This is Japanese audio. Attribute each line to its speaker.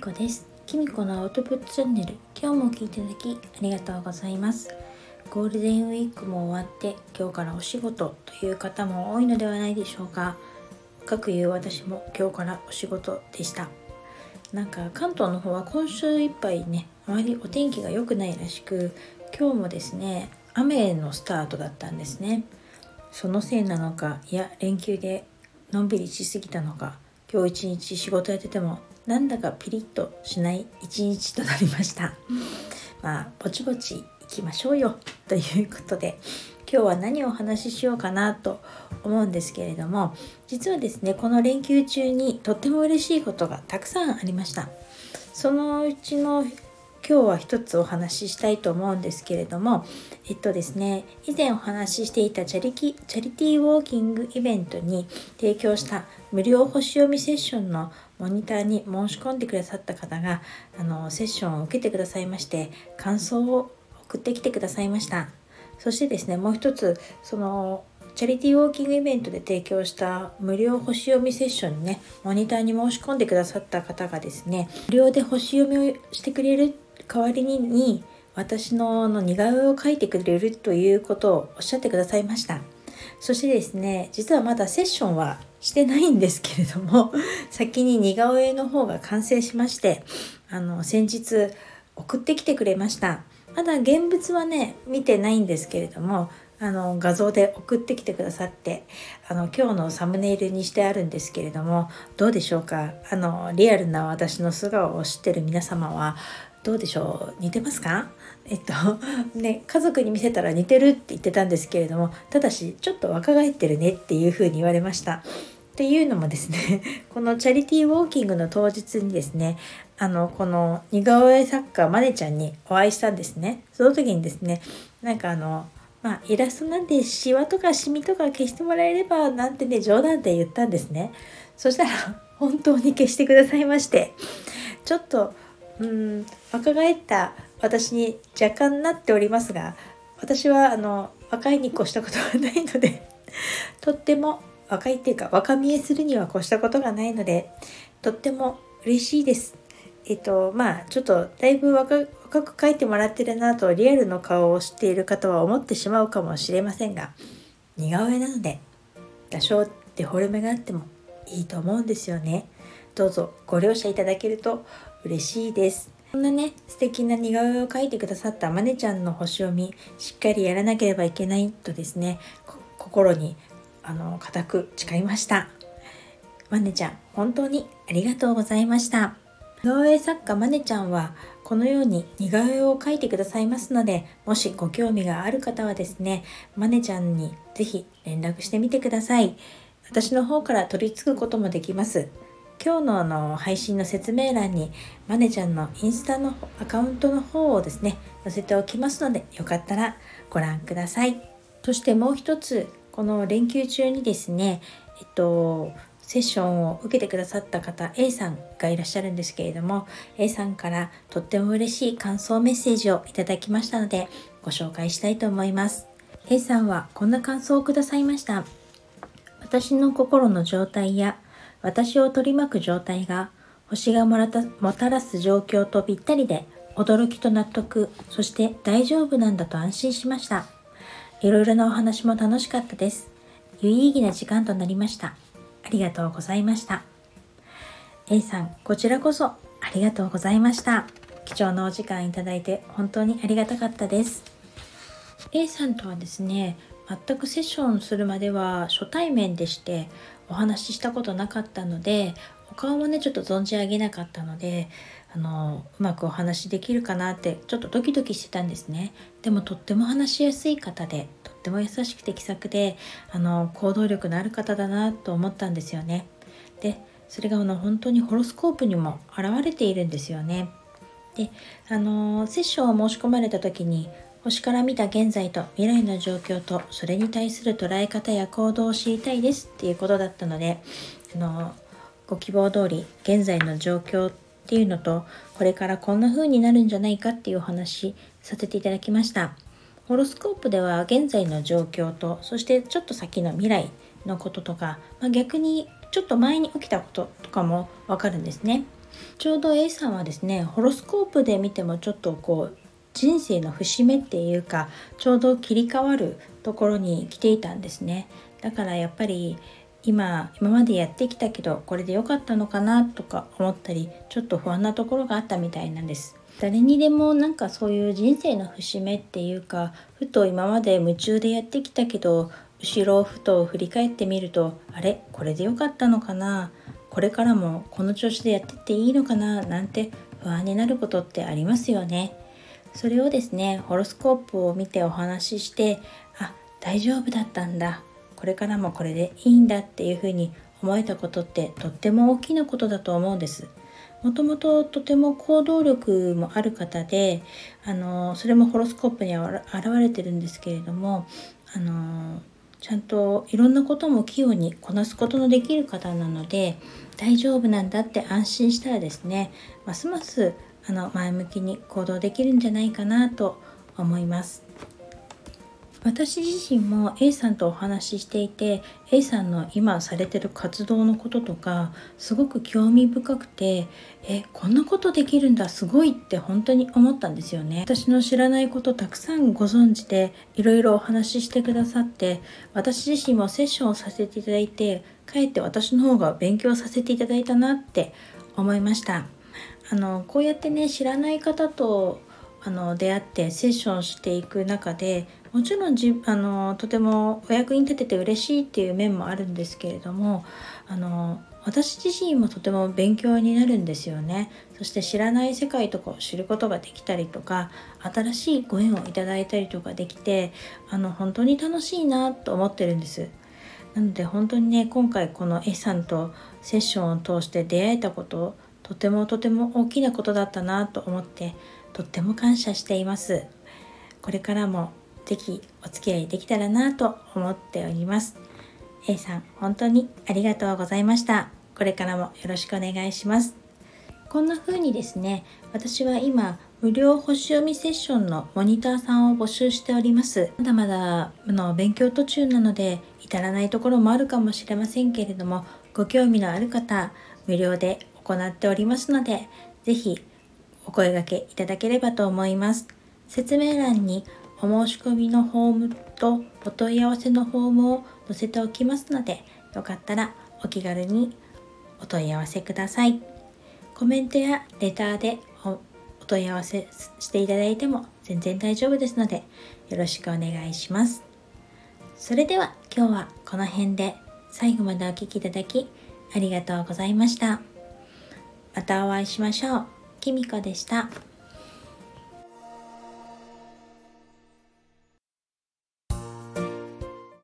Speaker 1: こです。きみこのアウトプットチャンネル、今日も聞いていただきありがとうございます。ゴールデンウィークも終わって今日からお仕事という方も多いのではないでしょうか。かくいう私も今日からお仕事でした。なんか関東の方は今週いっぱいね、あまりお天気が良くないらしく、今日もですね、雨のスタートだったんですね。そのせいなのか、いや連休でのんびりしすぎたのか、今日一日仕事やっててもなんだかピリッとしない一日となりました。ぼちぼち行きましょうよということで、今日は何をお話ししようかなと思うんですけれども、実はですね、この連休中にとっても嬉しいことがたくさんありました。そのうちの今日は一つお話ししたいと思うんですけれども、ですね、以前お話ししていたチャリティーウォーキングイベントに提供した無料星読みセッションのモニターに申し込んでくださった方がセッションを受けてくださいまして、感想を送ってきてくださいました。そしてですね、もう一つそのチャリティーウォーキングイベントで提供した無料星読みセッションにね、モニターに申し込んでくださった方がですね、無料で星読みをしてくれる代わりに私の似顔絵を描いてくれるということをおっしゃってくださいました。そしてですね、実はまだセッションはしてないんですけれども、先に似顔絵の方が完成しまして、先日送ってきてくれました。まだ現物はね見てないんですけれども、画像で送ってきてくださって、今日のサムネイルにしてあるんですけれども、どうでしょうか。リアルな私の素顔を知ってる皆様はどうでしょう、似てますか？家族に見せたら似てるって言ってたんですけれども、ただしちょっと若返ってるねっていうふうに言われました。っていうのもですね、このチャリティーウォーキングの当日にですね、この似顔絵作家マネちゃんにお会いしたんですね。その時にですね、イラストなんでシワとかシミとか消してもらえればなんてね、冗談で言ったんですね。そしたら本当に消してくださいまして、ちょっと若返った私に若干なっておりますが、私は若いに越したことはないのでとっても若いっていうか若見えするには越したことがないので、とっても嬉しいです。ちょっとだいぶ若く描いてもらってるなとリアルの顔を知っている方は思ってしまうかもしれませんが、似顔絵なので多少デフォルメがあってもいいと思うんですよね。どうぞご了承いただけると嬉しいです。こんなね、素敵な似顔絵を描いてくださったマネちゃんの星読み、しっかりやらなければいけないとですね、心に固く誓いました。マネちゃん、本当にありがとうございました。似顔絵作家マネちゃんはこのように似顔絵を描いてくださいますので、もしご興味がある方はですね、マネちゃんにぜひ連絡してみてください。私の方から取り付くこともできます。今日の配信の説明欄にマネちゃんのインスタのアカウントの方をですね載せておきますので、よかったらご覧ください。そしてもう一つ、この連休中にですねセッションを受けてくださった方 A さんがいらっしゃるんですけれども、 A さんからとっても嬉しい感想メッセージをいただきましたのでご紹介したいと思います。 A さんはこんな感想をくださいました。私の心の状態や私を取り巻く状態が星がもたらす状況とぴったりで、驚きと納得、そして大丈夫なんだと安心しました。いろいろなお話も楽しかったです。有意義な時間となりました。ありがとうございました。 A さん、こちらこそありがとうございました。貴重なお時間いただいて本当にありがたかったです。 A さんとはですね、全くセッションするまでは初対面でしてお話ししたことなかったので、お顔もねちょっと存じ上げなかったので、うまくお話しできるかなってちょっとドキドキしてたんですね。でもとっても話しやすい方で、とっても優しくて気さくで、行動力のある方だなと思ったんですよね。でそれが本当にホロスコープにも現れているんですよね。でセッションを申し込まれた時に、星から見た現在と未来の状況とそれに対する捉え方や行動を知りたいですっていうことだったので、ご希望通り現在の状況っていうのと、これからこんな風になるんじゃないかっていうお話させていただきました。ホロスコープでは現在の状況と、そしてちょっと先の未来のこととか、逆にちょっと前に起きたこととかもわかるんですね。 ちょうど A さんはですね、ホロスコープで見てもちょっと人生の節目っていうか、ちょうど切り替わるところに来ていたんですね。だからやっぱり今までやってきたけどこれで良かったのかなとか思ったり、ちょっと不安なところがあったみたいなんです。誰にでもそういう人生の節目っていうか、ふと今まで夢中でやってきたけど後ろをふと振り返ってみると、あれこれで良かったのかな、これからもこの調子でやってっていいのかななんて不安になることってありますよね。それをですね、ホロスコープを見てお話しして、大丈夫だったんだ、これからもこれでいいんだっていうふうに思えたことってとっても大きなことだと思うんです。もともととても行動力もある方で、それもホロスコープには現れてるんですけれども、ちゃんといろんなことも器用にこなすことのできる方なので、大丈夫なんだって安心したらですね、ますます前向きに行動できるんじゃないかなと思います。私自身も A さんとお話ししていて、 A さんの今されてる活動のこととかすごく興味深くて、こんなことできるんだ、すごいって本当に思ったんですよね。私の知らないことたくさんご存知で、いろいろお話ししてくださって、私自身もセッションをさせていただいて、かえって私の方が勉強させていただいたなって思いました。こうやってね、知らない方と出会ってセッションしていく中で、もちろんとてもお役に立てて嬉しいっていう面もあるんですけれども、私自身もとても勉強になるんですよね。そして知らない世界とかを知ることができたりとか、新しいご縁をいただいたりとかできて、本当に楽しいなと思ってるんです。なので本当にね、今回この A さんとセッションを通して出会えたこと、とても大きなことだったなと思って、とっても感謝しています。これからもぜひお付き合いできたらなと思っております。A さん、本当にありがとうございました。これからもよろしくお願いします。こんな風にですね、私は今無料星読みセッションのモニターさんを募集しております。まだまだ勉強途中なので至らないところもあるかもしれませんけれども、ご興味のある方、無料で行っておりますので、ぜひお声掛けいただければと思います。説明欄にお申し込みのフォームとお問い合わせのフォームを載せておきますので、よかったらお気軽にお問い合わせください。コメントやレターでお問い合わせしていただいても全然大丈夫ですので、よろしくお願いします。それでは今日はこの辺で、最後までお聞きいただきありがとうございました。またお会いしましょう。きみこでした。